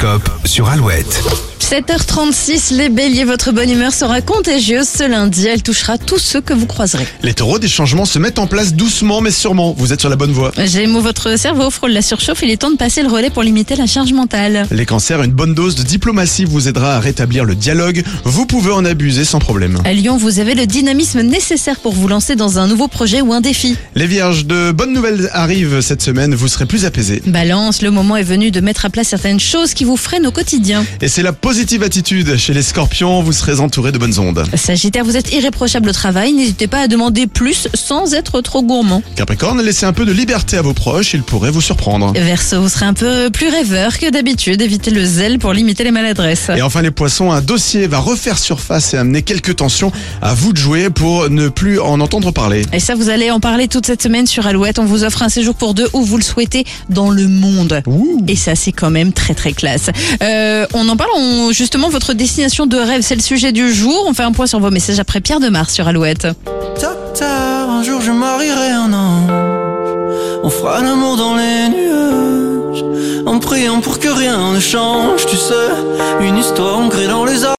L'horoscope sur Alouette. 7h36, les béliers, votre bonne humeur sera contagieuse ce lundi. Elle touchera tous ceux que vous croiserez. Les taureaux, des changements se mettent en place doucement mais sûrement. Vous êtes sur la bonne voie. Gémeaux, votre cerveau frôle la surchauffe. Il est temps de passer le relais pour limiter la charge mentale. Les cancers, une bonne dose de diplomatie vous aidera à rétablir le dialogue. Vous pouvez en abuser sans problème. À Lyon, vous avez le dynamisme nécessaire pour vous lancer dans un nouveau projet ou un défi. Les vierges, de bonnes nouvelles arrivent cette semaine. Vous serez plus apaisés. Balance, le moment est venu de mettre à plat certaines choses qui vous freinent au quotidien. Et c'est la positive attitude. Chez les scorpions, vous serez entouré de bonnes ondes. Sagittaire, vous êtes irréprochable au travail. N'hésitez pas à demander plus sans être trop gourmand. Capricorne, laissez un peu de liberté à vos proches. Ils pourraient vous surprendre. Verseau, vous serez un peu plus rêveur que d'habitude. Évitez le zèle pour limiter les maladresses. Et enfin les poissons, un dossier va refaire surface et amener quelques tensions. À vous de jouer pour ne plus en entendre parler. Et ça, vous allez en parler toute cette semaine sur Alouette. On vous offre un séjour pour deux où vous le souhaitez dans le monde. Ouh. Et ça, c'est quand même très très classe. On en parle, justement, votre destination de rêve, c'est le sujet du jour. On fait un point sur vos messages après Pierre Demar sur Alouette. Tard, un jour je marierai un ange. On fera l'amour dans les nuages, en priant pour que rien ne change. Tu sais, une histoire ancrée dans les arbres.